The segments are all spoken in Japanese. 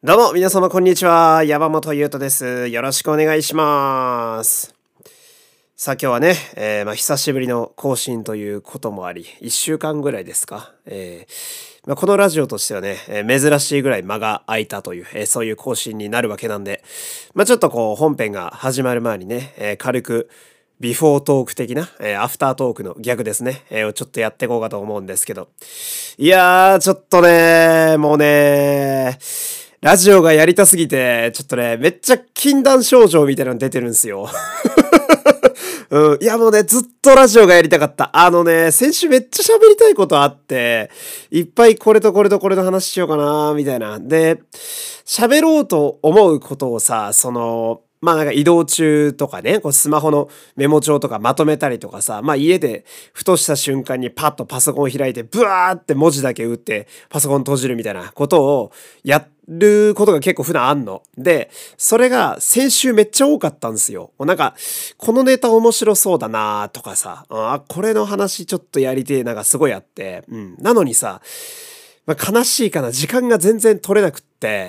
どうも、皆様こんにちは。山本優斗です。よろしくお願いします。さあ今日はね、久しぶりの更新ということもあり、1週間ぐらいですか。このラジオとしてはね、珍しいぐらい間が空いたという、そういう更新になるわけなんで、ちょっと本編が始まる前にね、軽くビフォートーク的な、アフタートークの逆ですね、をちょっとやっていこうかと思うんですけど。いやー、ちょっとね、もうね、ラジオがやりたすぎて、ちょっとね、めっちゃ禁断症状みたいなの出てるんですよ。いやもうね、ずっとラジオがやりたかった。先週めっちゃ喋りたいことあって、いっぱいこれとこれとこれの話しようかな、みたいな。で、喋ろうと思うことをさ、なんか移動中とかね、スマホのメモ帳とかまとめたりとかさ、家でふとした瞬間にパッとパソコンを開いてブワーって文字だけ打ってパソコン閉じるみたいなことをやることが結構普段あんの。で、それが先週めっちゃ多かったんですよ。なんか、このネタ面白そうだなとかさ、これの話ちょっとやりてえながすごいあって、なのにさ、悲しいかな。時間が全然取れなくって。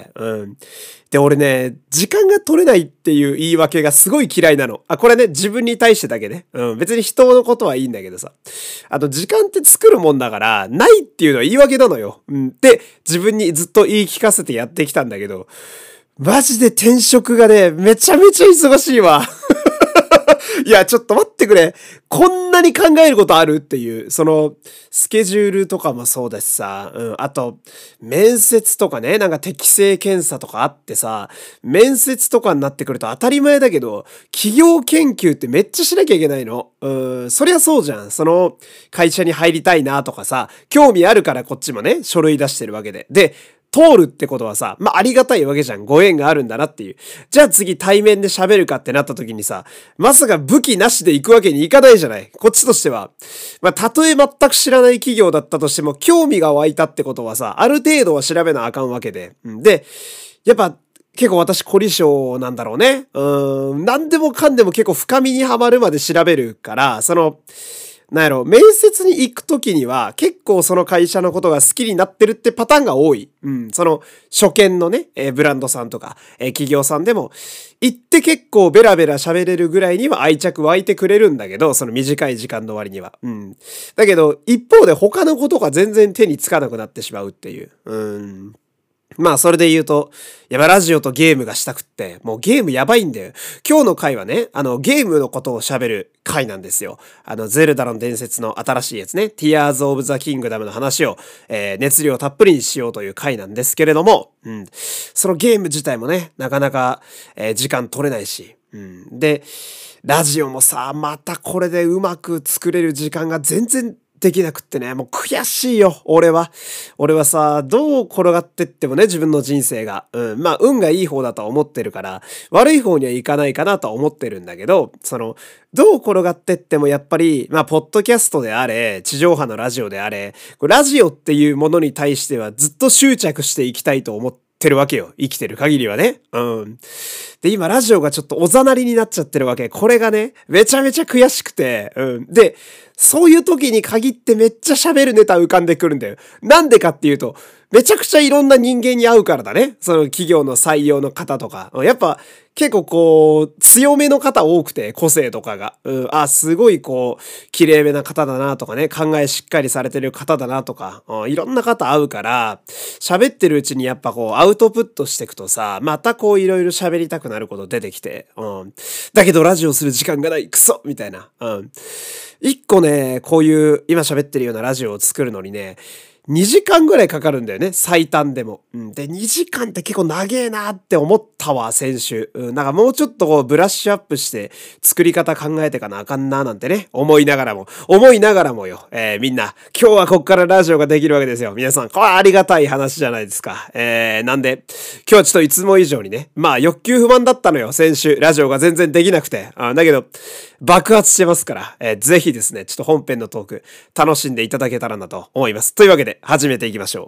で、俺ね、時間が取れないっていう言い訳がすごい嫌いなの。これね、自分に対してだけね。別に人のことはいいんだけどさ。時間って作るもんだから、ないっていうのは言い訳なのよ。で、自分にずっと言い聞かせてやってきたんだけど、マジで転職がね、めちゃめちゃ忙しいわ。いや、ちょっと待ってくれ。こんなに考えることあるっていう、スケジュールとかもそうだしさ、あと、面接とかね、なんか適性検査とかあってさ、面接とかになってくると当たり前だけど、企業研究ってめっちゃしなきゃいけないの。そりゃそうじゃん。会社に入りたいなとかさ、興味あるからこっちもね、書類出してるわけで。で、通るってことはさ、ありがたいわけじゃん。ご縁があるんだなっていう。じゃあ次対面で喋るかってなった時にさ、まさか武器なしで行くわけにいかないじゃない。こっちとしては。たとえ全く知らない企業だったとしても、興味が湧いたってことはさ、ある程度は調べなあかんわけで。で、やっぱ、結構私凝り性なんだろうね。何でもかんでも結構深みにはまるまで調べるから、面接に行くときには結構その会社のことが好きになってるってパターンが多い。初見のね、ブランドさんとか、企業さんでも行って結構ベラベラ喋れるぐらいには愛着湧いてくれるんだけど、その短い時間の割には。だけど一方で他のことが全然手につかなくなってしまうっていう。それで言うと、やばラジオとゲームがしたくって、もうゲームやばいんだよ。今日の回はね、ゲームのことを喋る回なんですよ。ゼルダの伝説の新しいやつね、Tears of the Kingdom の話を、熱量たっぷりにしようという回なんですけれども、そのゲーム自体もね、なかなか、時間取れないし、で、ラジオもさ、またこれでうまく作れる時間が全然できなくってね、もう悔しいよ、俺はさ、どう転がってってもね、自分の人生が。運がいい方だとは思ってるから、悪い方にはいかないかなとは思ってるんだけど、どう転がってってもやっぱり、ポッドキャストであれ、地上波のラジオであれ、ラジオっていうものに対してはずっと執着していきたいと思ってるわけよ。生きてる限りはね。で、今ラジオがちょっとおざなりになっちゃってるわけ。これがね、めちゃめちゃ悔しくて。で、そういう時に限ってめっちゃ喋るネタ浮かんでくるんだよ。なんでかっていうと、めちゃくちゃいろんな人間に会うからだね。その企業の採用の方とか。やっぱ結構強めの方多くて、個性とかが。すごい綺麗めな方だなとかね、考えしっかりされてる方だなとか、いろんな方会うから、喋ってるうちにやっぱアウトプットしていくとさ、またいろいろ喋りたくなること出てきて、だけどラジオする時間がない、クソみたいな。一個ね、こういう今喋ってるようなラジオを作るのにね、2時間ぐらいかかるんだよね、最短でも。で、2時間って結構長えなって思ったわ、先週。なんかもうちょっとブラッシュアップして作り方考えてかなあかんななんてね、思いながらもよ。みんな、今日はこっからラジオができるわけですよ。皆さん、これはありがたい話じゃないですか。なんで、今日はちょっといつも以上にね、欲求不満だったのよ、先週。ラジオが全然できなくて。だけど、爆発してますから、ぜひですね、ちょっと本編のトーク、楽しんでいただけたらなと思います。というわけで、始めていきましょう。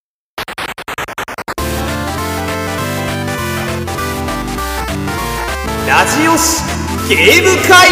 ラジオシゲーム会。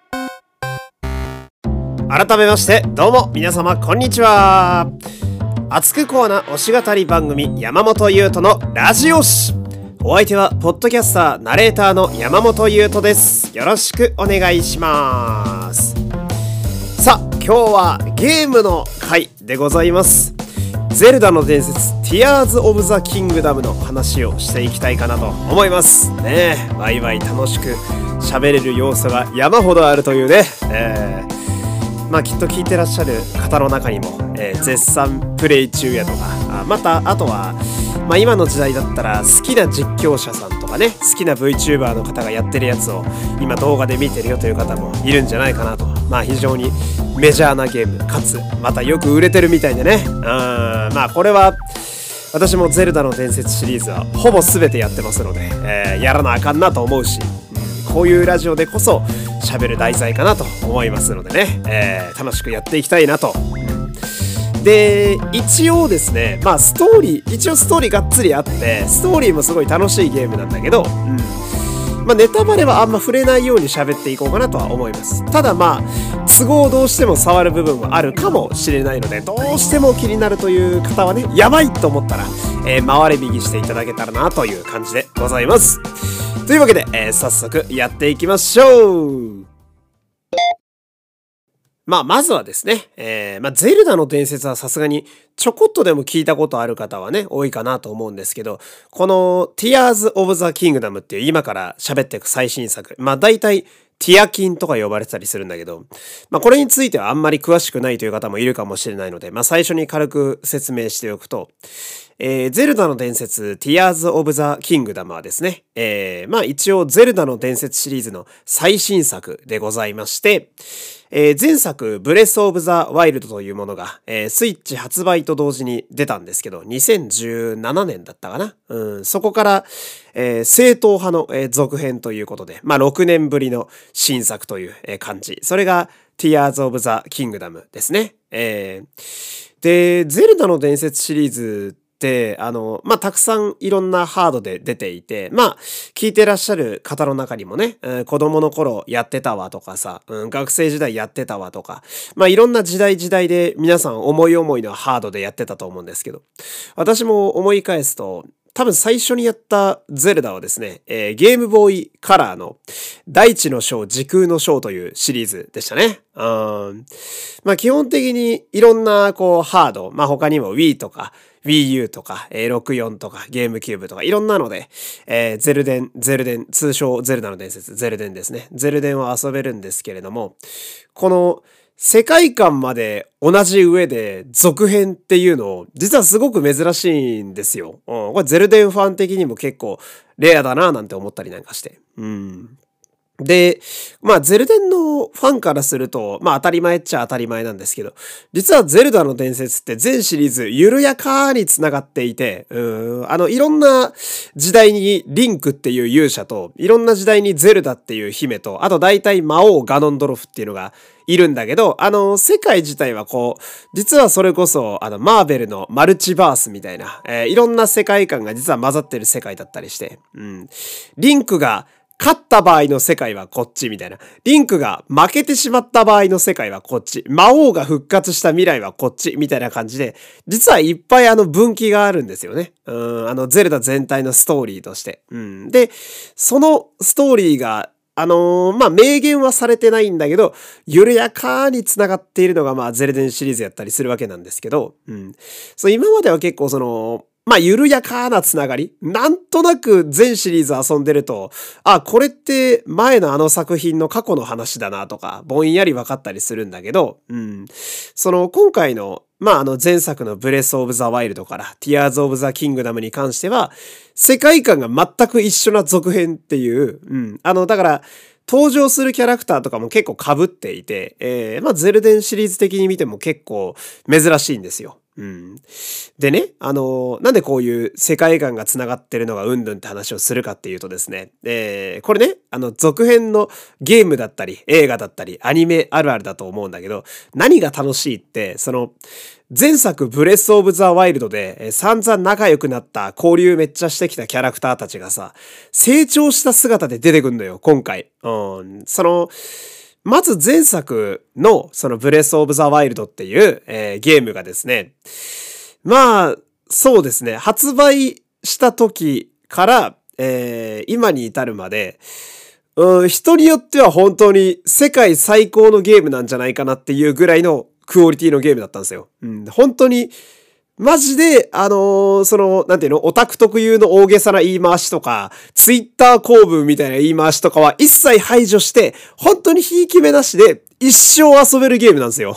改めましてどうも皆様こんにちは。 熱くコアな推し語り番組山本優斗のラジオ誌。お相手はポッドキャスターナレーターの山本優斗です。よろしくお願いします。さあ今日はゲームの回でございます。ゼルダの伝説ティアーズ・オブ・ザ・キングダムの話をしていきたいかなと思いますね。ワイワイ楽しく喋れる要素が山ほどあるというね、きっと聞いてらっしゃる方の中にも、絶賛プレイ中やとか、またあとは、今の時代だったら好きな実況者さんとかね、好きな VTuber の方がやってるやつを今動画で見てるよという方もいるんじゃないかなと。非常にメジャーなゲームかつまたよく売れてるみたいでね。これは私もゼルダの伝説シリーズはほぼ全てやってますので、やらなあかんなと思うし、こういうラジオでこそ喋る題材かなと思いますのでね、楽しくやっていきたいなと。で一応ですね、ストーリーがっつりあって、ストーリーもすごい楽しいゲームなんだけど、ネタバレはあんま触れないように喋っていこうかなとは思います。ただ都合どうしても触る部分はあるかもしれないので、どうしても気になるという方はね、やばいと思ったら、回れ右していただけたらなという感じでございます。というわけで、早速やっていきましょう。まずはですね、ゼルダの伝説はさすがにちょこっとでも聞いたことある方はね、多いかなと思うんですけど、この Tears of the Kingdom っていう今から喋っていく最新作、大体ティアキンとか呼ばれてたりするんだけど、これについてはあんまり詳しくないという方もいるかもしれないので、最初に軽く説明しておくと、ゼルダの伝説 Tears of the Kingdom はですね、一応ゼルダの伝説シリーズの最新作でございまして、前作ブレスオブザワイルドというものが、スイッチ発売と同時に出たんですけど、2017年だったかな。そこから、正統派の、続編ということで、6年ぶりの新作という、感じ。それが Tears of the Kingdom ですね。で、ゼルダの伝説シリーズでたくさんいろんなハードで出ていて、聞いてらっしゃる方の中にもね、子供の頃やってたわとかさ、学生時代やってたわとか、いろんな時代で皆さん思い思いのハードでやってたと思うんですけど、私も思い返すと、多分最初にやったゼルダはですね、ゲームボーイカラーの大地の章時空の章というシリーズでしたね。基本的にいろんなハード、他にも Wii とかWii U とか、64とか、ゲームキューブとか、いろんなので、ゼルデン、通称ゼルダの伝説、ゼルデンですね。ゼルデンを遊べるんですけれども、この世界観まで同じ上で続編っていうの、実はすごく珍しいんですよ。これゼルデンファン的にも結構レアだななんて思ったりなんかして。で、ゼルデンのファンからすると、当たり前っちゃ当たり前なんですけど、実はゼルダの伝説って全シリーズ緩やかに繋がっていて、いろんな時代にリンクっていう勇者と、いろんな時代にゼルダっていう姫と、あと大体魔王ガノンドロフっていうのがいるんだけど、世界自体は実はそれこそ、マーベルのマルチバースみたいな、いろんな世界観が実は混ざってる世界だったりして、リンクが勝った場合の世界はこっちみたいな。リンクが負けてしまった場合の世界はこっち。魔王が復活した未来はこっちみたいな感じで、実はいっぱい分岐があるんですよね。ゼルダ全体のストーリーとして。で、そのストーリーが、明言はされてないんだけど、緩やかに繋がっているのが、ゼルデンシリーズやったりするわけなんですけど、今までは結構緩やかなつながり。なんとなく全シリーズ遊んでると、これって前の作品の過去の話だなとか、ぼんやり分かったりするんだけど、今回の、前作のブレスオブザワイルドからティアーズオブザキングダムに関しては、世界観が全く一緒な続編っていう、だから、登場するキャラクターとかも結構被っていて、ゼルデンシリーズ的に見ても結構珍しいんですよ。でね、なんでこういう世界観が繋がってるのがうんぬんって話をするかっていうとですね、これね、続編のゲームだったり、映画だったり、アニメあるあるだと思うんだけど、何が楽しいって、前作ブレスオブザワイルドで散々仲良くなった交流めっちゃしてきたキャラクターたちがさ、成長した姿で出てくんのよ、今回。まず前作のそのブレスオブザワイルドっていう、ゲームがですね、 まあ、そうですね。発売した時から、今に至るまで、人によっては本当に世界最高のゲームなんじゃないかなっていうぐらいのクオリティのゲームだったんですよ。本当に、マジで、なんていうの、オタク特有の大げさな言い回しとか、ツイッター構文みたいな言い回しとかは一切排除して、本当にひいき目なしで一生遊べるゲームなんですよ。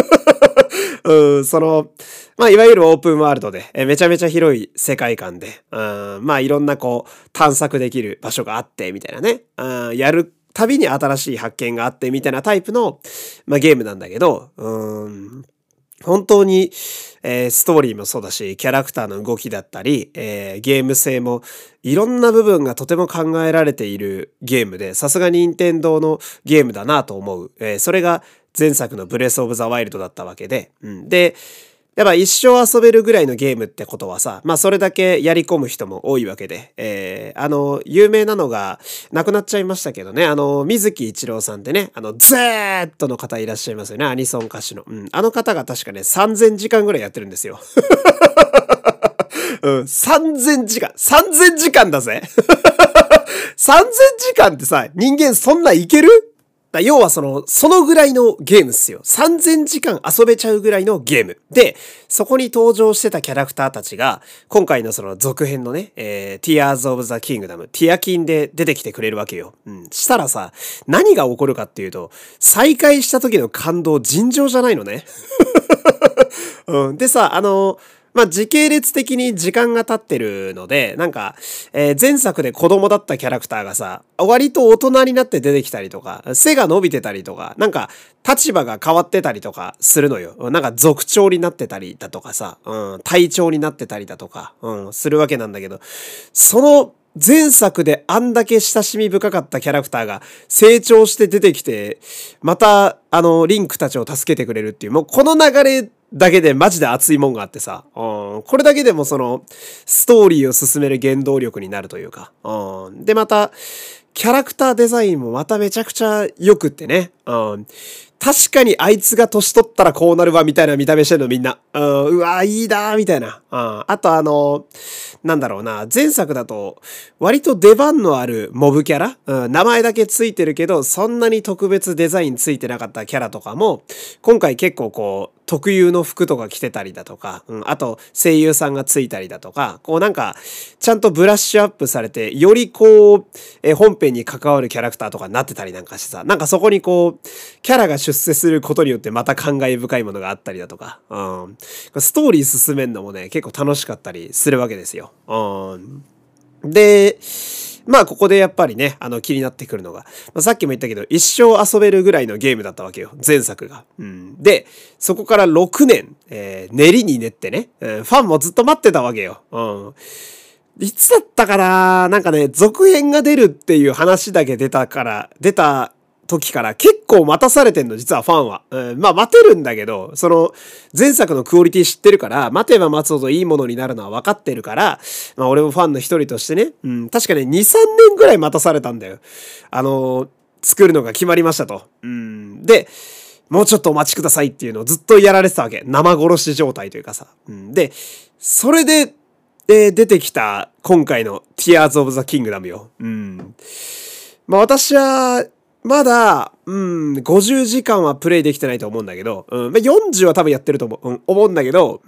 いわゆるオープンワールドで、めちゃめちゃ広い世界観で、いろんな探索できる場所があって、みたいなね。やるたびに新しい発見があって、みたいなタイプの、ゲームなんだけど、本当に、ストーリーもそうだし、キャラクターの動きだったり、ゲーム性もいろんな部分がとても考えられているゲームで、さすが任天堂のゲームだなと思う。それが前作のブレスオブザワイルドだったわけで、で、やっぱ一生遊べるぐらいのゲームってことはさ、それだけやり込む人も多いわけで、有名なのが、亡くなっちゃいましたけどね、水木一郎さんってね、Z の方いらっしゃいますよね、アニソン歌手の。あの方が確かね、3000時間ぐらいやってるんですよ。3000時間。3000時間だぜ。3000時間ってさ、人間そんないける？要はそのぐらいのゲームっすよ。3000時間遊べちゃうぐらいのゲーム。で、そこに登場してたキャラクターたちが、今回のその続編のね、Tears of the Kingdom、ティアキンで出てきてくれるわけよ。したらさ、何が起こるかっていうと、再会した時の感動尋常じゃないのね。でさ、時系列的に時間が経ってるので、前作で子供だったキャラクターがさ、割と大人になって出てきたりとか、背が伸びてたりとか、立場が変わってたりとかするのよ。族長になってたりだとかさ、隊長になってたりだとか、するわけなんだけど、その前作であんだけ親しみ深かったキャラクターが成長して出てきて、また、リンクたちを助けてくれるっていう、もうこの流れだけでマジで熱いもんがあってさ、これだけでもストーリーを進める原動力になるというか、でまた、キャラクターデザインもまためちゃくちゃ良くってね、確かにあいつが年取ったらこうなるわみたいな見た目してんのみんな。うわ、いいなみたいな。あと前作だと割と出番のあるモブキャラ、名前だけついてるけどそんなに特別デザインついてなかったキャラとかも今回結構特有の服とか着てたりだとか、あと声優さんがついたりだとか、ちゃんとブラッシュアップされて、より本編に関わるキャラクターとかになってたりなんかしてさ、そこにキャラが出世することによってまた感慨深いものがあったりだとか、ストーリー進めんのもね、結構楽しかったりするわけですよ。で、ここでやっぱりね、気になってくるのが、さっきも言ったけど、一生遊べるぐらいのゲームだったわけよ。前作が。で、そこから6年、練りに練ってね、ファンもずっと待ってたわけよ。いつだったかな？続編が出るっていう話だけ出た時から結構待たされてんの、実はファンは。待てるんだけど、前作のクオリティ知ってるから、待てば待つほどいいものになるのは分かってるから、俺もファンの一人としてね、確かね、2、3年ぐらい待たされたんだよ。作るのが決まりましたと。で、もうちょっとお待ちくださいっていうのをずっとやられてたわけ。生殺し状態というかさ。で、それで、出てきた今回の Tears of the Kingdom よ。私は、まだ、50時間はプレイできてないと思うんだけど、40は多分やってると思うんだけど、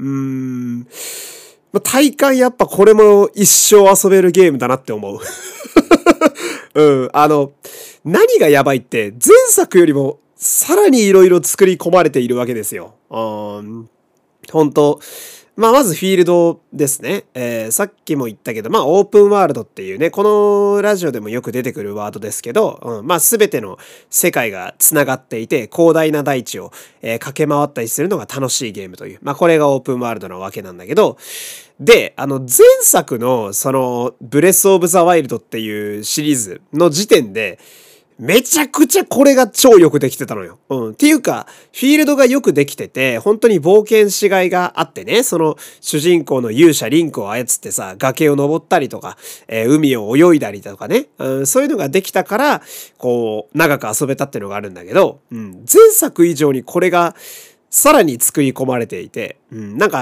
体感やっぱこれも一生遊べるゲームだなって思う。何がやばいって、前作よりもさらに色々作り込まれているわけですよ。本当まずフィールドですね。さっきも言ったけど、オープンワールドっていうね、このラジオでもよく出てくるワードですけど、すべての世界が繋がっていて、広大な大地を、駆け回ったりするのが楽しいゲームという、これがオープンワールドなわけなんだけど、で、前作の、ブレスオブザワイルドっていうシリーズの時点で、めちゃくちゃこれが超よくできてたのよ。っていうか、フィールドがよくできてて、本当に冒険しがいがあってね、主人公の勇者リンクを操ってさ、崖を登ったりとか、海を泳いだりとかね、そういうのができたから、長く遊べたっていうのがあるんだけど、前作以上にこれがさらに作り込まれていて、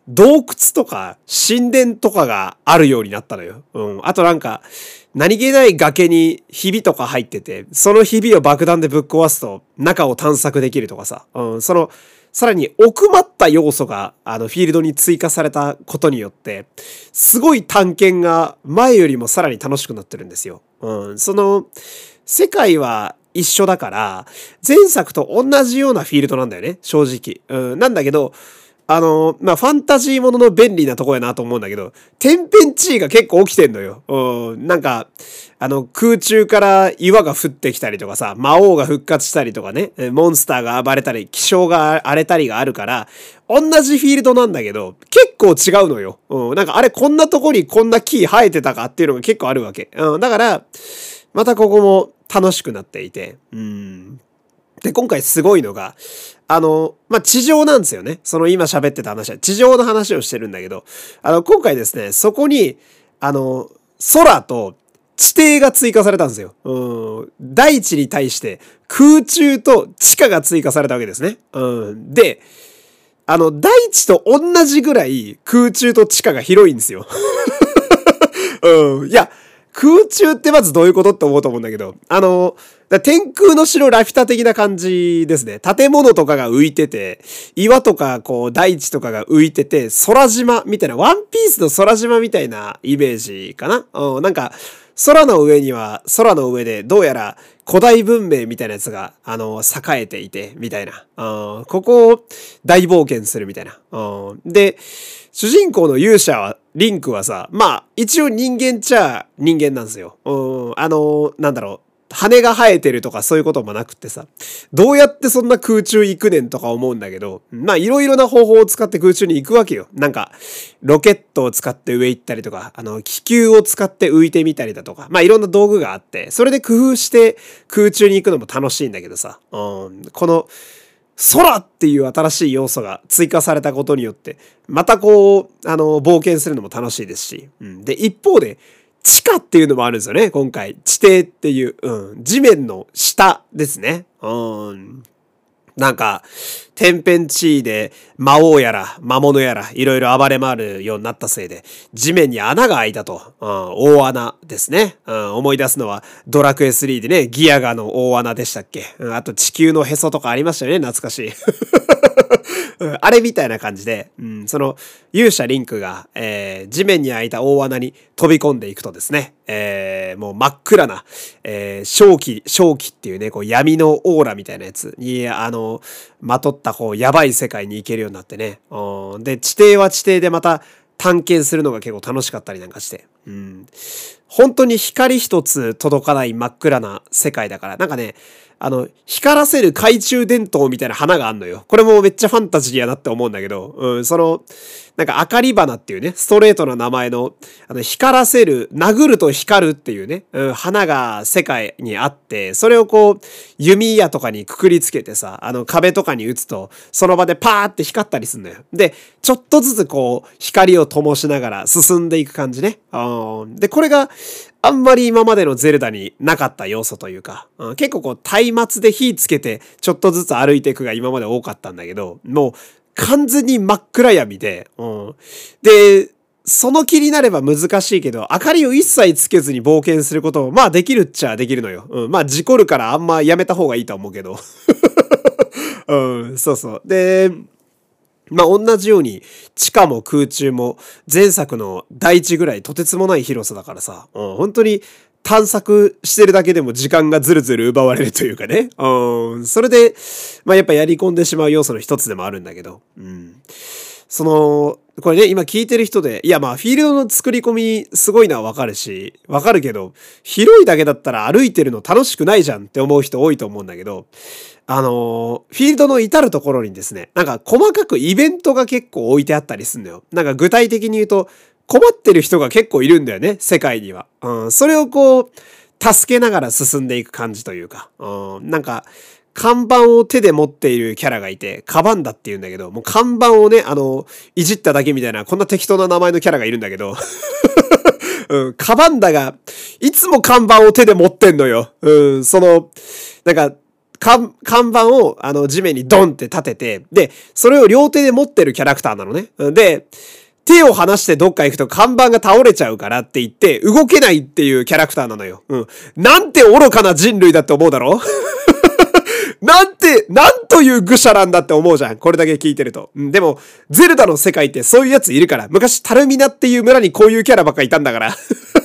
洞窟とか神殿とかがあるようになったのよ。あとなんか、何気ない崖にひびとか入ってて、そのひびを爆弾でぶっ壊すと中を探索できるとかさ。さらに奥まった要素が、フィールドに追加されたことによって、すごい探検が前よりもさらに楽しくなってるんですよ。世界は一緒だから、前作と同じようなフィールドなんだよね、正直。なんだけど、ファンタジーものの便利なとこやなと思うんだけど、天変地異が結構起きてんのよ。なんか、空中から岩が降ってきたりとかさ、魔王が復活したりとかね、モンスターが暴れたり、気象が荒れたりがあるから、同じフィールドなんだけど、結構違うのよ。なんかあれこんなとこにこんな木生えてたかっていうのが結構あるわけ。だから、またここも楽しくなっていて、で、今回すごいのが、地上なんですよね。今喋ってた話は、地上の話をしてるんだけど、今回ですね、そこに、空と地底が追加されたんですよ。大地に対して空中と地下が追加されたわけですね。で、大地と同じぐらい空中と地下が広いんですよ。いや、空中ってまずどういうことって思うと思うんだけど、天空の城ラピュタ的な感じですね。建物とかが浮いてて、岩とかこう大地とかが浮いてて、空島みたいな、ワンピースの空島みたいなイメージかな。なんか、空の上には、空の上でどうやら古代文明みたいなやつが、栄えていて、みたいな。ここを大冒険するみたいな。で、主人公の勇者は、リンクはさ、一応人間っちゃ人間なんですよ。なんだろう。羽が生えてるとかそういうこともなくってさ、どうやってそんな空中行くねんとか思うんだけど、いろいろな方法を使って空中に行くわけよ。なんか、ロケットを使って上行ったりとか、気球を使って浮いてみたりだとか、いろんな道具があって、それで工夫して空中に行くのも楽しいんだけどさ、この、空っていう新しい要素が追加されたことによって、またこう、冒険するのも楽しいですし、で、一方で、地下っていうのもあるんですよね、今回。地底っていう、地面の下ですね。なんか、天変地異で魔王やら魔物やらいろいろ暴れ回るようになったせいで、地面に穴が開いたと。大穴ですね。思い出すのはドラクエ3でね、ギアガの大穴でしたっけ。あと地球のへそとかありましたよね、懐かしい。あれみたいな感じで、勇者リンクが、地面に開いた大穴に飛び込んでいくとですね、もう真っ暗な、正気っていうね、こう闇のオーラみたいなやつに、まとったこうやばい世界に行けるようになってね。で、地底は地底でまた探検するのが結構楽しかったりなんかして。本当に光一つ届かない真っ暗な世界だから、なんかね、光らせる懐中電灯みたいな花があんのよ。これもめっちゃファンタジーやなって思うんだけど、なんか明かり花っていうね、ストレートな名前の、光らせる、殴ると光るっていうね、花が世界にあって、それをこう、弓矢とかにくくりつけてさ、壁とかに打つと、その場でパーって光ったりすんのよ。で、ちょっとずつこう、光を灯しながら進んでいく感じね。で、これが、あんまり今までのゼルダになかった要素というか、結構こう、松明で火つけて、ちょっとずつ歩いていくが今まで多かったんだけど、もう、完全に真っ暗闇で、で、その気になれば難しいけど、明かりを一切つけずに冒険することも、できるっちゃできるのよ。事故るからあんまやめた方がいいと思うけど。そうそう。で、同じように地下も空中も前作の第一ぐらいとてつもない広さだからさ、本当に探索してるだけでも時間がずるずる奪われるというかね。それで、やっぱやり込んでしまう要素の一つでもあるんだけど、これね、今聞いてる人で、いやフィールドの作り込みすごいのはわかるし、わかるけど、広いだけだったら歩いてるの楽しくないじゃんって思う人多いと思うんだけど、フィールドの至るところにですね、なんか細かくイベントが結構置いてあったりするんだよ。なんか具体的に言うと、困ってる人が結構いるんだよね、世界には。それをこう、助けながら進んでいく感じというか、なんか、看板を手で持っているキャラがいて、カバンダって言うんだけど、もう看板をね、いじっただけみたいな、こんな適当な名前のキャラがいるんだけど、カバンダが、いつも看板を手で持ってんのよ。なんか、 看板を地面にドンって立てて、で、それを両手で持ってるキャラクターなのね。で、手を離してどっか行くと看板が倒れちゃうからって言って動けないっていうキャラクターなのよ。なんて愚かな人類だって思うだろなんという愚者なんだって思うじゃん。これだけ聞いてると。でも、ゼルダの世界ってそういうやついるから。昔、タルミナっていう村にこういうキャラばっかいたんだから。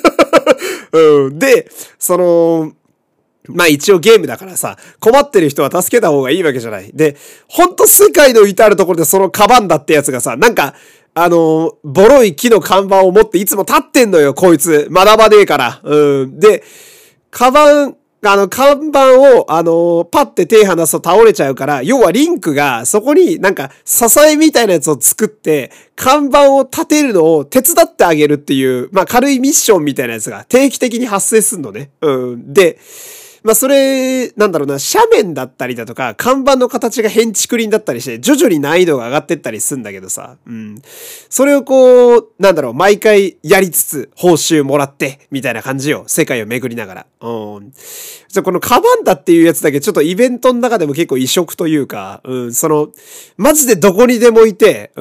で、まあ一応ゲームだからさ、困ってる人は助けた方がいいわけじゃない。で、ほんと世界の至るところでそのカバンだってやつがさ、なんか、ボロい木の看板を持っていつも立ってんのよ、こいつ。学ばねえから。で、看板を、パッて手離すと倒れちゃうから、要はリンクがそこになんか支えみたいなやつを作って、看板を立てるのを手伝ってあげるっていう、まあ軽いミッションみたいなやつが定期的に発生すんのね。で、まあそれ、なんだろうな、斜面だったりだとか、看板の形が変竹林だったりして、徐々に難易度が上がってったりすんだけどさ、それをこう、なんだろう、毎回やりつつ、報酬もらって、みたいな感じよ。世界を巡りながら。このカバンダっていうやつだけちょっとイベントの中でも結構異色というか、マジでどこにでもいて、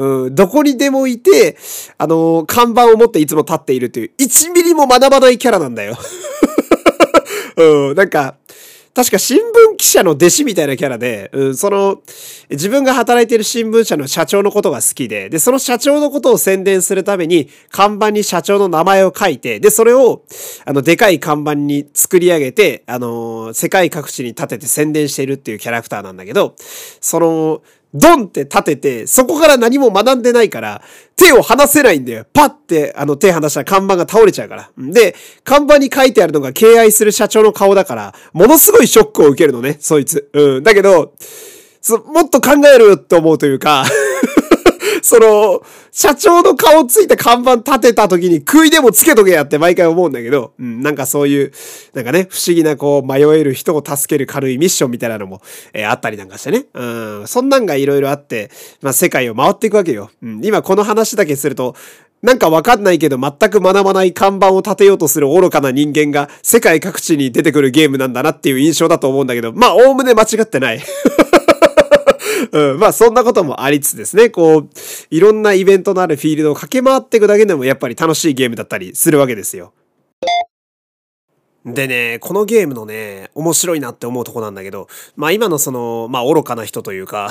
看板を持っていつも立っているっていう、1ミリも学ばないキャラなんだよ。なんか、確か新聞記者の弟子みたいなキャラで、自分が働いている新聞社の社長のことが好きで、で、その社長のことを宣伝するために、看板に社長の名前を書いて、で、それを、でかい看板に作り上げて、世界各地に立てて宣伝しているっていうキャラクターなんだけど、ドンって立てて、そこから何も学んでないから、手を離せないんだよ。パッて、手離したら看板が倒れちゃうから。で、看板に書いてあるのが敬愛する社長の顔だから、ものすごいショックを受けるのね、そいつ。だけど、もっと考えるって思うというか、社長の顔ついた看板立てた時に食いでもつけとけやって毎回思うんだけど、なんかそういう、なんかね、不思議なこう迷える人を助ける軽いミッションみたいなのも、あったりなんかしてね。そんなんがいろいろあって、まあ世界を回っていくわけよ。今この話だけすると、なんかわかんないけど全く学ばない看板を立てようとする愚かな人間が世界各地に出てくるゲームなんだなっていう印象だと思うんだけど、まあおおむね間違ってない。まあそんなこともありつつですね、こう、いろんなイベントのあるフィールドを駆け回っていくだけでもやっぱり楽しいゲームだったりするわけですよ。でね、このゲームのね、面白いなって思うとこなんだけど、まあ今のまあ愚かな人というか、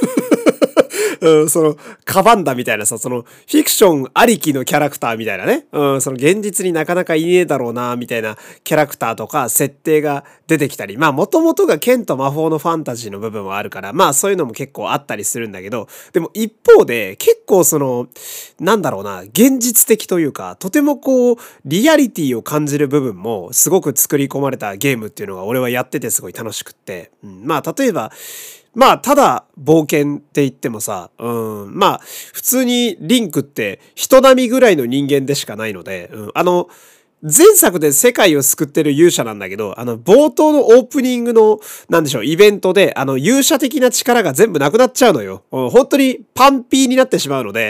カバンダみたいなさ、フィクションありきのキャラクターみたいなね、現実になかなかいねえだろうな、みたいなキャラクターとか設定が出てきたり、まあ元々が剣と魔法のファンタジーの部分はあるから、まあそういうのも結構あったりするんだけど、でも一方で結構なんだろうな、現実的というか、とてもこう、リアリティを感じる部分もすごく作り込まれたゲームっていうのが俺はやっててすごい楽しくって、まあ例えば、まあ、ただ冒険って言ってもさ、まあ、普通にリンクって人並みぐらいの人間でしかないので、前作で世界を救ってる勇者なんだけど、冒頭のオープニングの、なんでしょう、イベントで、勇者的な力が全部なくなっちゃうのよ。本当にパンピーになってしまうので、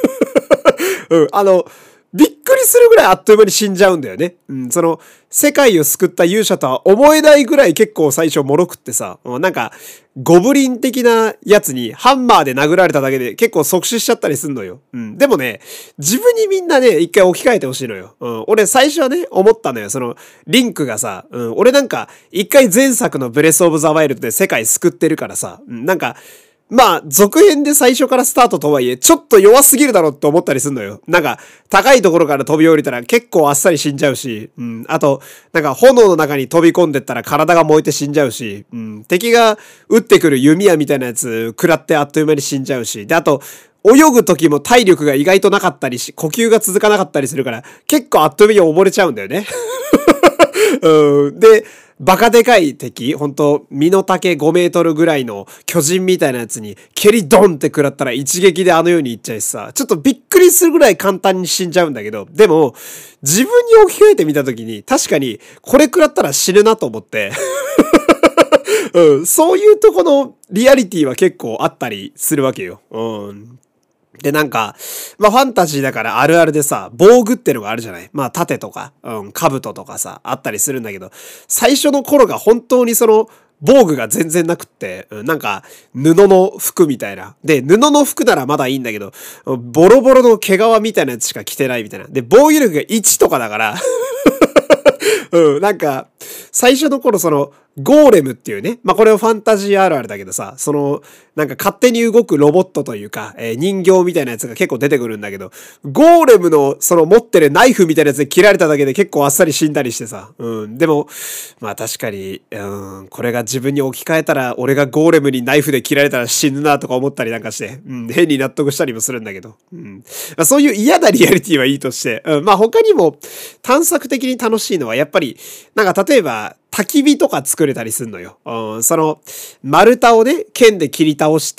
びっくりするぐらいあっという間に死んじゃうんだよね。世界を救った勇者とは思えないぐらい結構最初脆くってさ、なんか、ゴブリン的なやつにハンマーで殴られただけで結構即死しちゃったりすんのよ。でもね、自分にみんなね、一回置き換えてほしいのよ。俺最初はね、思ったのよ。リンクがさ、俺なんか、一回前作のブレスオブザワイルドで世界救ってるからさ、なんか、まあ、続編で最初からスタートとはいえ、ちょっと弱すぎるだろって思ったりすんのよ。なんか、高いところから飛び降りたら結構あっさり死んじゃうし、あと、なんか炎の中に飛び込んでったら体が燃えて死んじゃうし、敵が撃ってくる弓矢みたいなやつ食らってあっという間に死んじゃうし、で、あと、泳ぐ時も体力が意外となかったりし、呼吸が続かなかったりするから、結構あっという間に溺れちゃうんだよね。で、バカでかい敵、ほんと、身の丈5メートルぐらいの巨人みたいなやつに、蹴りドンって食らったら一撃であのようにいっちゃいさ、ちょっとびっくりするぐらい簡単に死んじゃうんだけど、でも、自分に置き換えてみたときに、確かに、これ食らったら死ぬなと思って、そういうとこのリアリティは結構あったりするわけよ。で、なんか、まあ、ファンタジーだからあるあるでさ、防具ってのがあるじゃない。まあ、盾とか、兜とかさ、あったりするんだけど、最初の頃が本当に防具が全然なくって、なんか布の服みたいな。で、布の服ならまだいいんだけど、ボロボロの毛皮みたいなやつしか着てないみたいな。で、防御力が1とかだから、なんか、最初の頃ゴーレムっていうね、まあ、これはファンタジーあるあるだけどさ、なんか勝手に動くロボットというか、人形みたいなやつが結構出てくるんだけど、ゴーレムの持ってるナイフみたいなやつで切られただけで結構あっさり死んだりしてさ、でも、まあ確かに、これが自分に置き換えたら、俺がゴーレムにナイフで切られたら死ぬなとか思ったりなんかして、変に納得したりもするんだけど、まあ、そういう嫌なリアリティはいいとして、まあ他にも探索的に楽しいのはやっぱり、なんか例えば、焚き火とか作れたりすんのよ。丸太をね、剣で切り倒して、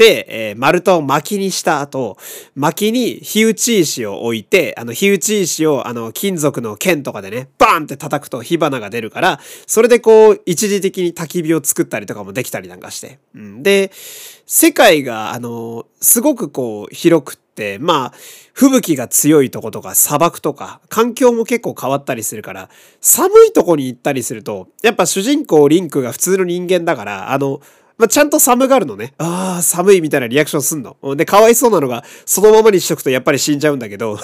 丸太を薪にした後、薪に火打ち石を置いて、火打ち石を金属の剣とかでね、バーンって叩くと火花が出るから、それで一時的に焚き火を作ったりとかもできたりなんかして。で、世界が、すごく広くって、まあ、吹雪が強いとことか砂漠とか、環境も結構変わったりするから、寒いとこに行ったりすると、やっぱ主人公リンクが普通の人間だから、まあ、ちゃんと寒がるのね。ああ、寒いみたいなリアクションすんの。で、かわいそうなのが、そのままにしとくとやっぱり死んじゃうんだけど、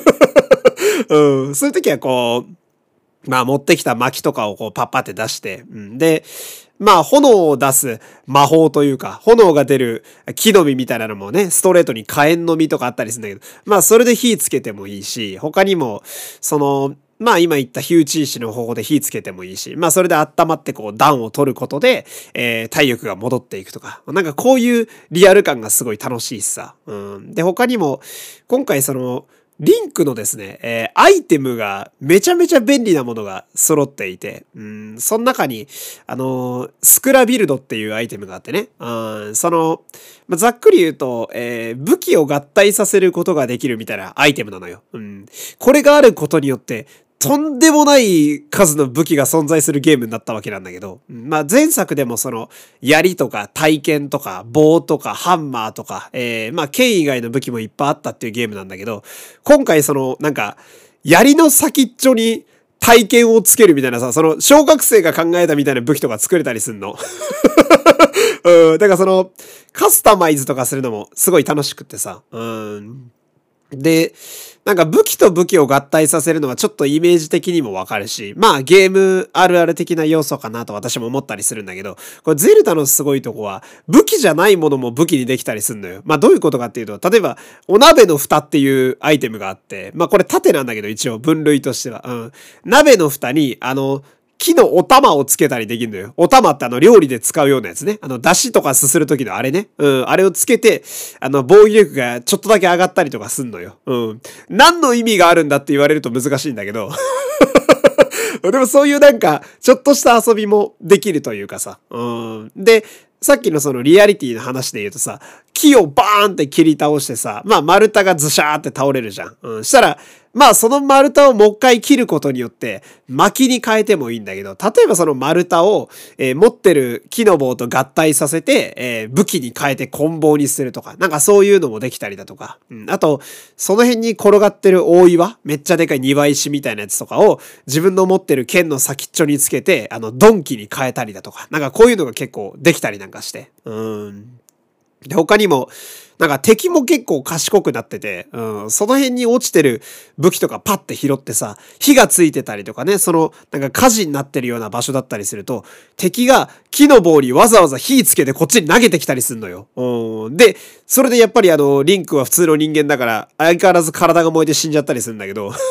そういう時はまあ持ってきた薪とかをパッパって出して、で、まあ炎を出す魔法というか、炎が出る木の実みたいなのもね、ストレートに火炎の実とかあったりするんだけど、まあそれで火つけてもいいし、他にも、まあ今言った火打ち石の方法で火つけてもいいし、まあそれで温まって暖を取ることで、体力が戻っていくとか、なんかこういうリアル感がすごい楽しいしさ。で、他にも、今回リンクのですね、アイテムがめちゃめちゃ便利なものが揃っていて、その中に、スクラビルドっていうアイテムがあってね、まあ、ざっくり言うと、武器を合体させることができるみたいなアイテムなのよ。これがあることによって、とんでもない数の武器が存在するゲームになったわけなんだけど、まあ前作でも槍とか体剣とか棒とかハンマーとか、まあ剣以外の武器もいっぱいあったっていうゲームなんだけど、今回なんか、槍の先っちょに体剣をつけるみたいなさ、小学生が考えたみたいな武器とか作れたりすんの。だからカスタマイズとかするのもすごい楽しくってさ、で、なんか武器と武器を合体させるのはちょっとイメージ的にもわかるし、まあゲームあるある的な要素かなと私も思ったりするんだけど、これゼルダのすごいとこは武器じゃないものも武器にできたりするのよ。まあどういうことかっていうと、例えばお鍋の蓋っていうアイテムがあって、まあこれ縦なんだけど一応分類としては。鍋の蓋に木のお玉をつけたりできるのよ。お玉って料理で使うようなやつね。出汁とかすする時のあれね。あれをつけて、防御力がちょっとだけ上がったりとかすんのよ。何の意味があるんだって言われると難しいんだけど。でもそういうなんか、ちょっとした遊びもできるというかさ。で、さっきのリアリティの話で言うとさ、木をバーンって切り倒してさ、まあ丸太がズシャーって倒れるじゃん。したら、まあその丸太をもう一回切ることによって薪に変えてもいいんだけど、例えばその丸太を、持ってる木の棒と合体させて、武器に変えて棍棒にするとか、なんかそういうのもできたりだとか、あと、その辺に転がってる大岩、めっちゃでかい庭石みたいなやつとかを自分の持ってる剣の先っちょにつけて、鈍器に変えたりだとか、なんかこういうのが結構できたりなんかして。で、他にも、なんか敵も結構賢くなってて、その辺に落ちてる武器とかパッて拾ってさ、火がついてたりとかね、なんか火事になってるような場所だったりすると、敵が木の棒にわざわざ火つけてこっちに投げてきたりするのよ。で、それでやっぱりリンクは普通の人間だから、相変わらず体が燃えて死んじゃったりするんだけど、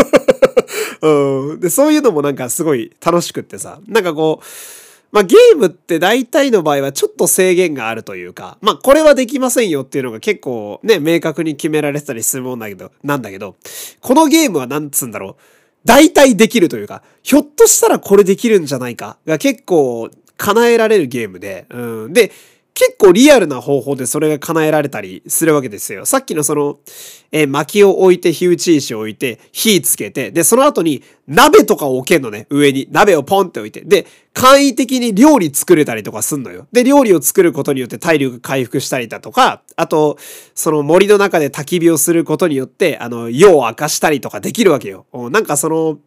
で、そういうのもなんかすごい楽しくってさ、なんかまあゲームって大体の場合はちょっと制限があるというか、まあこれはできませんよっていうのが結構ね、明確に決められてたりするもんだけど、このゲームはなんつうんだろう、大体できるというか、ひょっとしたらこれできるんじゃないかが結構叶えられるゲームで、で、結構リアルな方法でそれが叶えられたりするわけですよ。さっきの薪を置いて火打ち石を置いて火つけて、で、その後に鍋とかを置けんのね、上に。鍋をポンって置いて。で、簡易的に料理作れたりとかすんのよ。で、料理を作ることによって体力回復したりだとか、あと、森の中で焚き火をすることによって、夜を明かしたりとかできるわけよ。なんか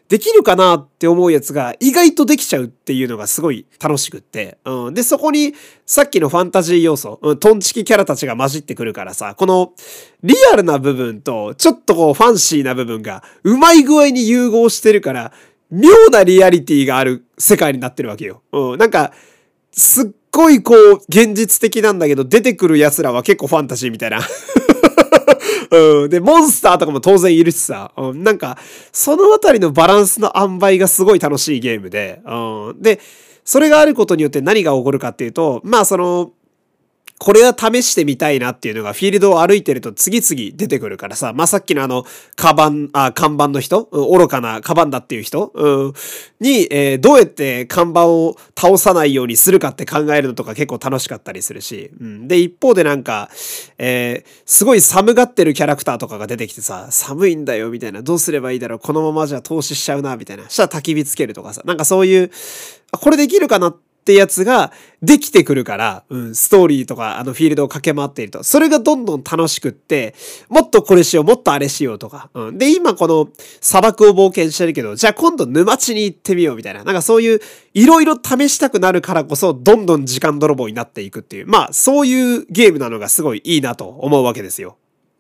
できるかなって思うやつが意外とできちゃうっていうのがすごい楽しくって。で、そこにさっきのファンタジー要素、トンチキキャラたちが混じってくるからさ、このリアルな部分とちょっとこうファンシーな部分がうまい具合に融合してるから、妙なリアリティがある世界になってるわけよ。なんか、すっごいこう現実的なんだけど、出てくる奴らは結構ファンタジーみたいな。で、モンスターとかも当然いるしさ、なんか、そのあたりのバランスの塩梅がすごい楽しいゲームで、で、それがあることによって何が起こるかっていうと、まあこれは試してみたいなっていうのがフィールドを歩いてると次々出てくるからさ、まあ、さっきの看板の人、愚かなカバンだっていう人、に、どうやって看板を倒さないようにするかって考えるのとか結構楽しかったりするし、で、一方でなんか、すごい寒がってるキャラクターとかが出てきてさ、寒いんだよみたいな、どうすればいいだろう、このままじゃ投資しちゃうな、みたいな。したら焚き火つけるとかさ、なんかそういう、これできるかなってやつができてくるから、ストーリーとかフィールドを駆け回っていると、それがどんどん楽しくって、もっとこれしよう、もっとあれしようとか、で、今この砂漠を冒険してるけど、じゃあ今度沼地に行ってみようみたいな、なんかそういういろいろ試したくなるからこそ、どんどん時間泥棒になっていくっていう、まあそういうゲームなのがすごいいいなと思うわけですよ。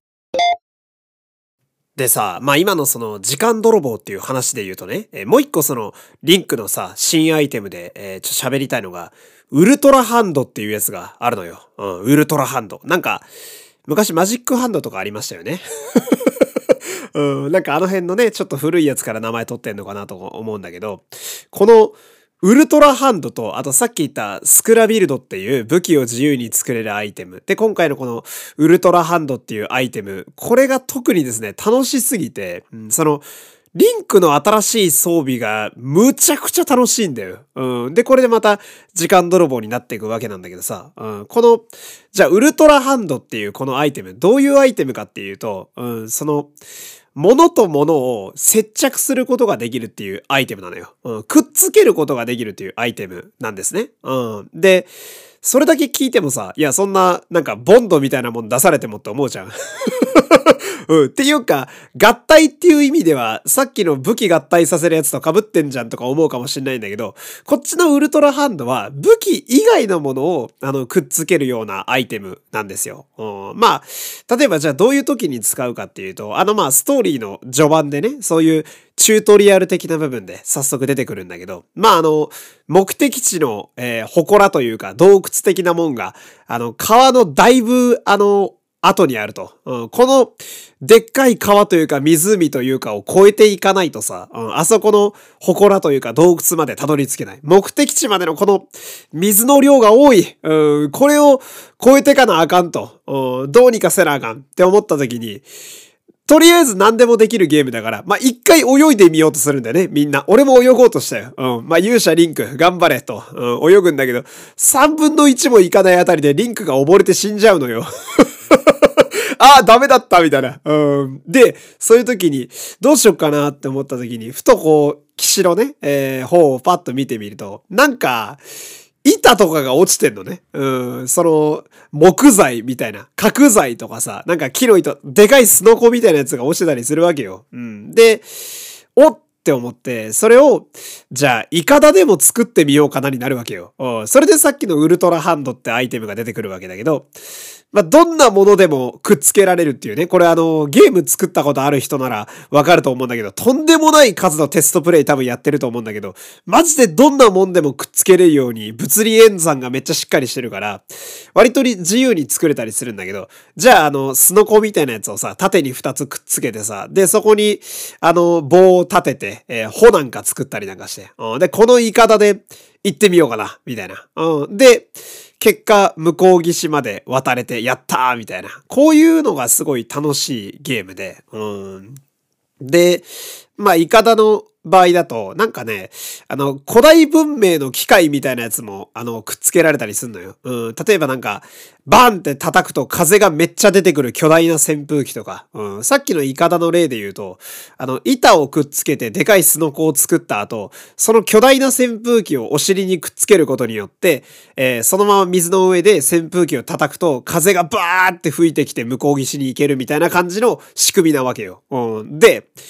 でさ、まあ今のその時間泥棒っていう話で言うとね、もう一個そのリンクのさ、新アイテムで、ちょっと喋りたいのが、ウルトラハンドっていうやつがあるのよ。ウルトラハンド。なんか、昔マジックハンドとかありましたよね。なんかあの辺のね、ちょっと古いやつから名前取ってんのかなと思うんだけど、このウルトラハンドと、あとさっき言ったスクラビルドっていう武器を自由に作れるアイテム。で、今回のこのウルトラハンドっていうアイテム、これが特にですね、楽しすぎて、リンクの新しい装備がむちゃくちゃ楽しいんだよ。で、これでまた時間泥棒になっていくわけなんだけどさ、じゃあウルトラハンドっていうこのアイテム、どういうアイテムかっていうと、物と物を接着することができるっていうアイテムなのよ。くっつけることができるっていうアイテムなんですね。で、それだけ聞いてもさ、いや、そんな、なんか、ボンドみたいなもん出されてもって思うじゃん。っていうか、合体っていう意味では、さっきの武器合体させるやつと被ってんじゃんとか思うかもしれないんだけど、こっちのウルトラハンドは、武器以外のものを、くっつけるようなアイテムなんですよ。まあ、例えばじゃあどういう時に使うかっていうと、まあ、ストーリーの序盤でね、そういうチュートリアル的な部分で早速出てくるんだけど、まあ目的地の、祠というか洞窟的なもんが、川のだいぶ、後にあると。この、でっかい川というか湖というかを越えていかないとさ、あそこの祠というか洞窟までたどり着けない。目的地までのこの水の量が多い。これを越えてかなあかんと。どうにかせなあかんって思った時に、とりあえず何でもできるゲームだから、まあ、一回泳いでみようとするんだよね、みんな。俺も泳ごうとしたよ。まあ、勇者リンク、頑張れと、泳ぐんだけど、3分の1もいかないあたりでリンクが溺れて死んじゃうのよ。ああ、ダメだったみたいな。で、そういう時に、どうしよっかなって思った時に、ふとこう、岸のね、方をパッと見てみると、なんか、板とかが落ちてんのね。木材みたいな。角材とかさ、なんか木の糸、でかいスノコみたいなやつが落ちてたりするわけよ。で、おって思って、それを、じゃあ、イカダでも作ってみようかなになるわけよ。それでさっきのウルトラハンドってアイテムが出てくるわけだけど、まあ、どんなものでもくっつけられるっていうね。これゲーム作ったことある人ならわかると思うんだけど、とんでもない数のテストプレイ多分やってると思うんだけど、マジでどんなもんでもくっつけれるように物理演算がめっちゃしっかりしてるから、割と自由に作れたりするんだけど、じゃあスノコみたいなやつをさ、縦に2つくっつけてさ、で、そこに棒を立てて、帆なんか作ったりなんかして、で、このイカダで行ってみようかな、みたいな。で、結果、向こう岸まで渡れて、やったーみたいな。こういうのがすごい楽しいゲームで。で、まあ、イカダの場合だと、なんかね、古代文明の機械みたいなやつも、くっつけられたりすんのよ。例えばなんか、バンって叩くと風がめっちゃ出てくる巨大な扇風機とか、さっきのイカダの例で言うと、板をくっつけてでかいスノコを作った後、その巨大な扇風機をお尻にくっつけることによって、そのまま水の上で扇風機を叩くと、風がバーって吹いてきて向こう岸に行けるみたいな感じの仕組みなわけよ。で、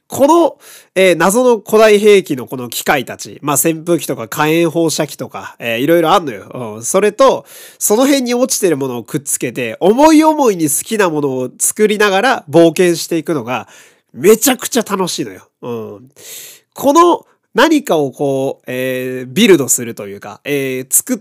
この、謎の古代兵器のこの機械たち、まあ、扇風機とか火炎放射器とか、いろいろあんのよ。うん。それと、その辺に落ちてるものをくっつけて、思い思いに好きなものを作りながら冒険していくのが、めちゃくちゃ楽しいのよ。うん。この、何かをこう、ビルドするというか、作って、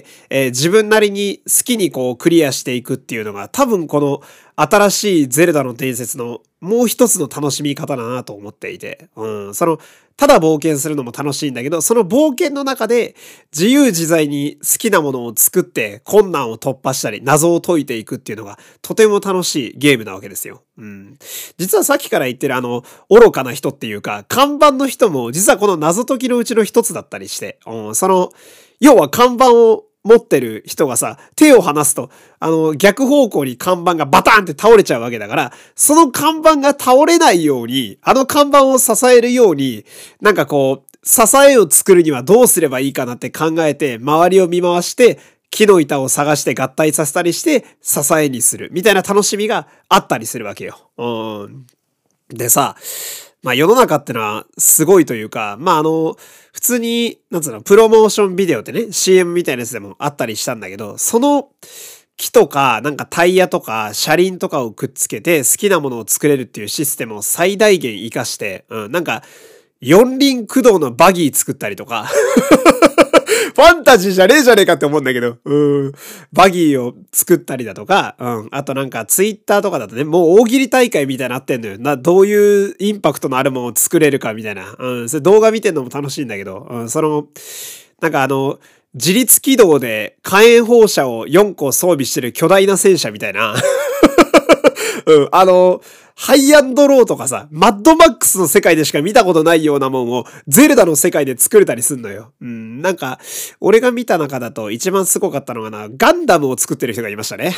自分なりに好きにこうクリアしていくっていうのが多分この新しいゼルダの伝説のもう一つの楽しみ方だなと思っていて、ただ冒険するのも楽しいんだけど、その冒険の中で自由自在に好きなものを作って困難を突破したり謎を解いていくっていうのがとても楽しいゲームなわけですよ。うん。実はさっきから言ってる愚かな人っていうか、看板の人も実はこの謎解きのうちの一つだったりして、要は看板を持ってる人がさ、手を離すと、逆方向に看板がバタンって倒れちゃうわけだから、その看板が倒れないように、看板を支えるように、なんかこう、支えを作るにはどうすればいいかなって考えて、周りを見回して、木の板を探して合体させたりして、支えにする、みたいな楽しみがあったりするわけよ。でさ、まあ世の中ってのはすごいというか、まあ普通に、なんつうの、プロモーションビデオってね、CM みたいなやつでもあったりしたんだけど、その木とか、なんかタイヤとか車輪とかをくっつけて好きなものを作れるっていうシステムを最大限活かして、なんか四輪駆動のバギー作ったりとか、ファンタジーじゃねえじゃねえかって思うんだけど、バギーを作ったりだとか、あとなんかツイッターとかだとね、もう大喜利大会みたいになってんのよ。どういうインパクトのあるものを作れるかみたいな。それ動画見てんのも楽しいんだけど、なんか自律軌道で火炎放射を4個装備してる巨大な戦車みたいな。ハイアンドローとかさ、マッドマックスの世界でしか見たことないようなもんを、ゼルダの世界で作れたりすんのよ。なんか、俺が見た中だと一番すごかったのがな、ガンダムを作ってる人がいましたね。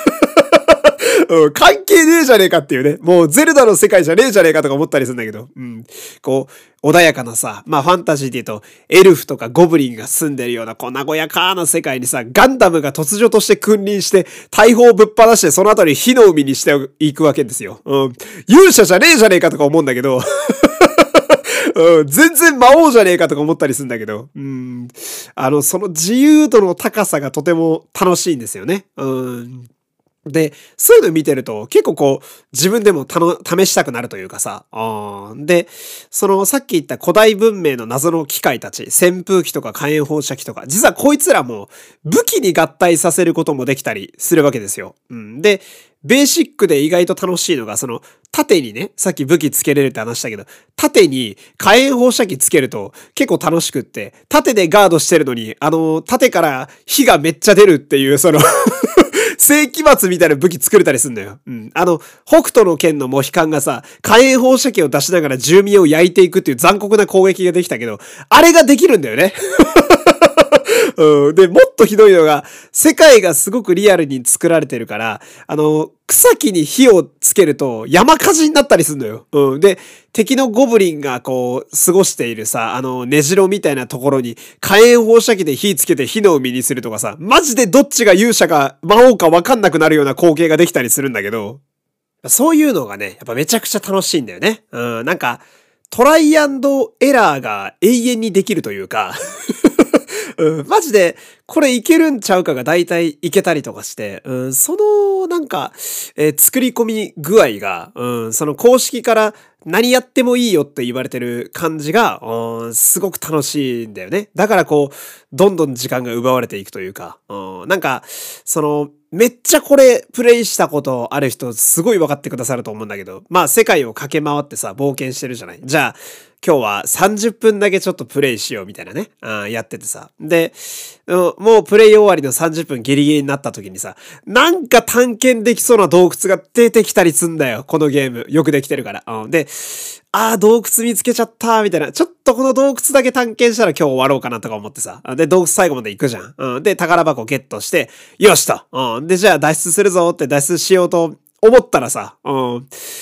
関係ねえじゃねえかっていうね。もうゼルダの世界じゃねえじゃねえかとか思ったりするんだけど。こう、穏やかなさ、まあファンタジーで言うと、エルフとかゴブリンが住んでるような、こう、和やかな世界にさ、ガンダムが突如として君臨して、大砲をぶっ放して、その後に火の海にしていくわけですよ。勇者じゃねえじゃねえかとか思うんだけど。全然魔王じゃねえかとか思ったりするんだけど。その自由度の高さがとても楽しいんですよね。で、そういうの見てると結構こう自分でも試したくなるというかさ。で、さっき言った古代文明の謎の機械たち、扇風機とか火炎放射器とか、実はこいつらも武器に合体させることもできたりするわけですよ。で、ベーシックで意外と楽しいのが、縦にね、さっき武器つけれるって話したけど、縦に火炎放射器つけると結構楽しくって、縦でガードしてるのに、縦から火がめっちゃ出るっていう、世紀末みたいな武器作れたりすんだよ。北斗の剣のモヒカンがさ、火炎放射器を出しながら住民を焼いていくっていう残酷な攻撃ができたけど、あれができるんだよね。で、もっとひどいのが、世界がすごくリアルに作られてるから、草木に火をつけると山火事になったりするのよ。で、敵のゴブリンがこう、過ごしているさ、根城みたいなところに火炎放射器で火つけて火の海にするとかさ、マジでどっちが勇者か魔王かわかんなくなるような光景ができたりするんだけど、そういうのがね、やっぱめちゃくちゃ楽しいんだよね。なんか、トライアンドエラーが永遠にできるというか、マジで、これいけるんちゃうかが大体いけたりとかして、なんか、作り込み具合が、公式から何やってもいいよって言われてる感じが、すごく楽しいんだよね。だからこう、どんどん時間が奪われていくというか、なんか、めっちゃこれプレイしたことある人すごい分かってくださると思うんだけど、まあ世界を駆け回ってさ、冒険してるじゃない。じゃあ、今日は30分だけちょっとプレイしようみたいなね、やっててさ。で、もうプレイ終わりの30分ギリギリになった時にさ、なんか探検できそうな洞窟が出てきたりすんだよ。このゲーム。よくできてるから。で、洞窟見つけちゃったみたいな。ちょっとこの洞窟だけ探検したら今日終わろうかなとか思ってさ。で、洞窟最後まで行くじゃん。で、宝箱ゲットして、よしと。で、じゃあ脱出するぞって脱出しようと思ったらさ、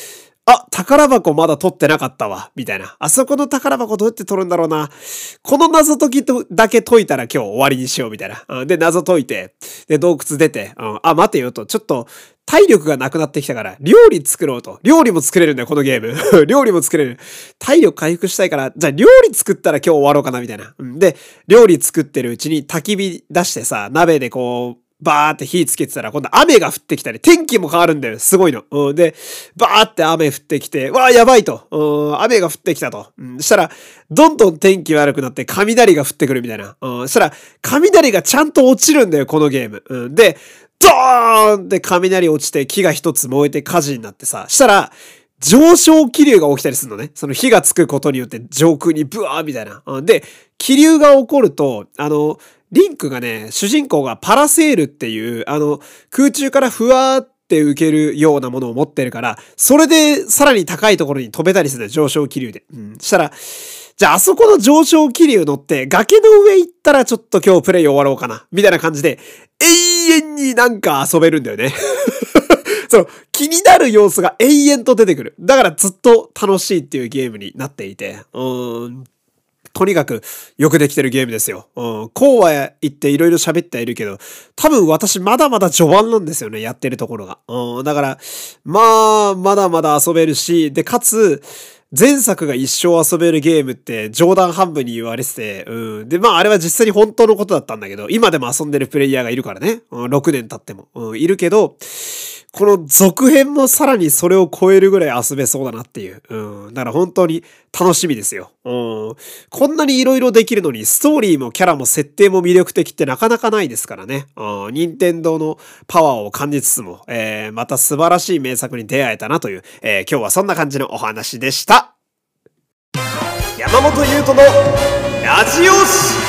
あ、宝箱まだ取ってなかったわ。みたいな。あそこの宝箱どうやって取るんだろうな。この謎解きだけ解いたら今日終わりにしよう。みたいな。で、謎解いて、で、洞窟出て、あ、待てよと。ちょっと、体力がなくなってきたから、料理作ろうと。料理も作れるんだよ、このゲーム。料理も作れる。体力回復したいから、じゃあ料理作ったら今日終わろうかな、みたいな。で、料理作ってるうちに焚き火出してさ、鍋でこう、バーって火つけてたら、今度雨が降ってきたり、天気も変わるんだよ。すごいの。で、バーって雨降ってきて、わーやばいと。雨が降ってきたと。したら、どんどん天気悪くなって雷が降ってくるみたいな。したら、雷がちゃんと落ちるんだよ、このゲーム。で、ドーンって雷落ちて木が一つ燃えて火事になってさ、したら、上昇気流が起きたりするのね。その火がつくことによって上空にブワーみたいな。で、気流が起こると、リンクがね、主人公がパラセールっていう、空中からふわーって受けるようなものを持ってるから、それでさらに高いところに飛べたりするのよ、上昇気流で。したら、じゃああそこの上昇気流乗って崖の上行ったらちょっと今日プレイ終わろうかな。みたいな感じで、永遠になんか遊べるんだよね。そう、気になる様子が永遠と出てくる。だからずっと楽しいっていうゲームになっていて、とにかくよくできてるゲームですよ。こうは言っていろいろ喋ってはいるけど、多分私まだまだ序盤なんですよね、やってるところが。だから、まあ、まだまだ遊べるし、で、かつ、前作が一生遊べるゲームって冗談半分に言われてて、で、まああれは実際に本当のことだったんだけど、今でも遊んでるプレイヤーがいるからね。6年経っても。いるけど、この続編もさらにそれを超えるぐらい遊べそうだなっていう。だから本当に楽しみですよ。こんなに色々できるのに、ストーリーもキャラも設定も魅力的ってなかなかないですからね。任天堂のパワーを感じつつも、また素晴らしい名作に出会えたなという、今日はそんな感じのお話でした。山本優斗のラジオシ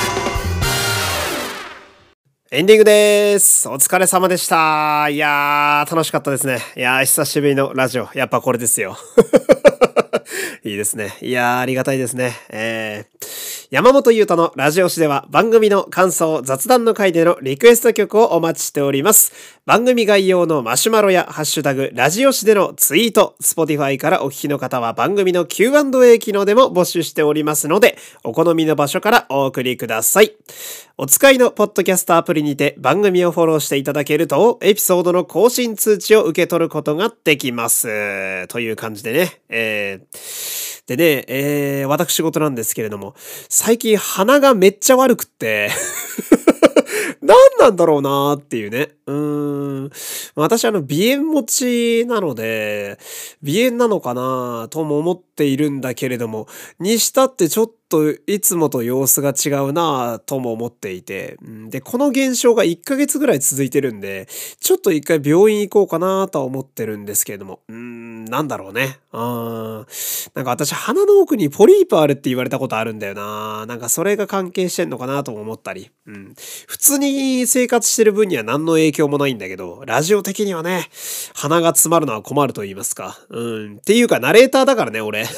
エンディングです。お疲れ様でした。いやー、楽しかったですね。いやー、久しぶりのラジオ。やっぱこれですよ。いいですね。いやー、ありがたいですね。山本優斗のラジオ誌では番組の感想、雑談の回でのリクエスト曲をお待ちしております。番組概要のマシュマロやハッシュタグ、ラジオ誌でのツイート、Spotify からお聞きの方は番組の Q&A 機能でも募集しておりますので、お好みの場所からお送りください。お使いのポッドキャストアプリにて番組をフォローしていただけると、エピソードの更新通知を受け取ることができます。という感じでね。でね、私事なんですけれども、最近鼻がめっちゃ悪くって何なんだろうなーっていうね。私鼻炎持ちなので、鼻炎なのかなとも思っているんだけれども、にしたってちょっといつもと様子が違うなとも思っていて、で、この現象が1ヶ月ぐらい続いてるんで、ちょっと一回病院行こうかなとは思ってるんですけれども、なんだろうね。なんか私鼻の奥にポリープあるって言われたことあるんだよな。なんかそれが関係してんのかなとも思ったり、普通に生活してる分には何の影響もないんだけど、ラジオ的にはね、鼻が詰まるのは困ると言いますか。っていうかナレーターだからね、俺。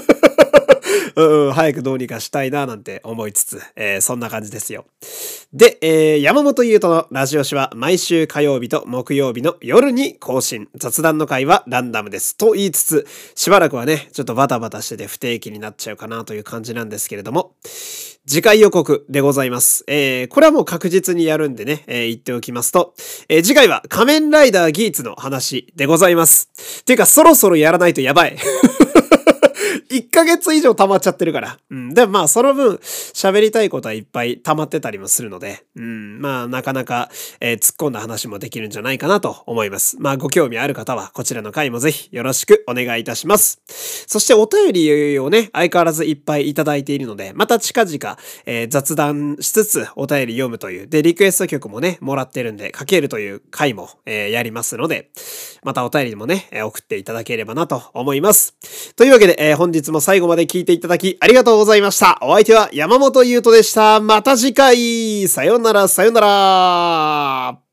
早くどうにかしたいななんて思いつつ、そんな感じですよ。で、山本優斗のラジオ誌は毎週火曜日と木曜日の夜に更新。雑談の回はランダムです。と言いつつ、しばらくはね、ちょっとバタバタしてて不定期になっちゃうかなという感じなんですけれども、次回予告でございます。これはもう確実にやるんでね、言っておきますと、次回は仮面ライダーギーツの話でございます。っていうか、そろそろやらないとやばい。1ヶ月以上溜まっちゃってるから。でもまあその分喋りたいことはいっぱい溜まってたりもするので、まあなかなか、突っ込んだ話もできるんじゃないかなと思います。まあご興味ある方はこちらの回もぜひよろしくお願いいたします。そしてお便りをね、相変わらずいっぱいいただいているので、また近々、雑談しつつお便り読むという、でリクエスト曲もね、もらってるんでかけるという回も、やりますので、またお便りもね、送っていただければなと思います。というわけで、本日も最後まで聞いていただきありがとうございました。お相手は山本優斗でした。また次回。さよなら、さよなら。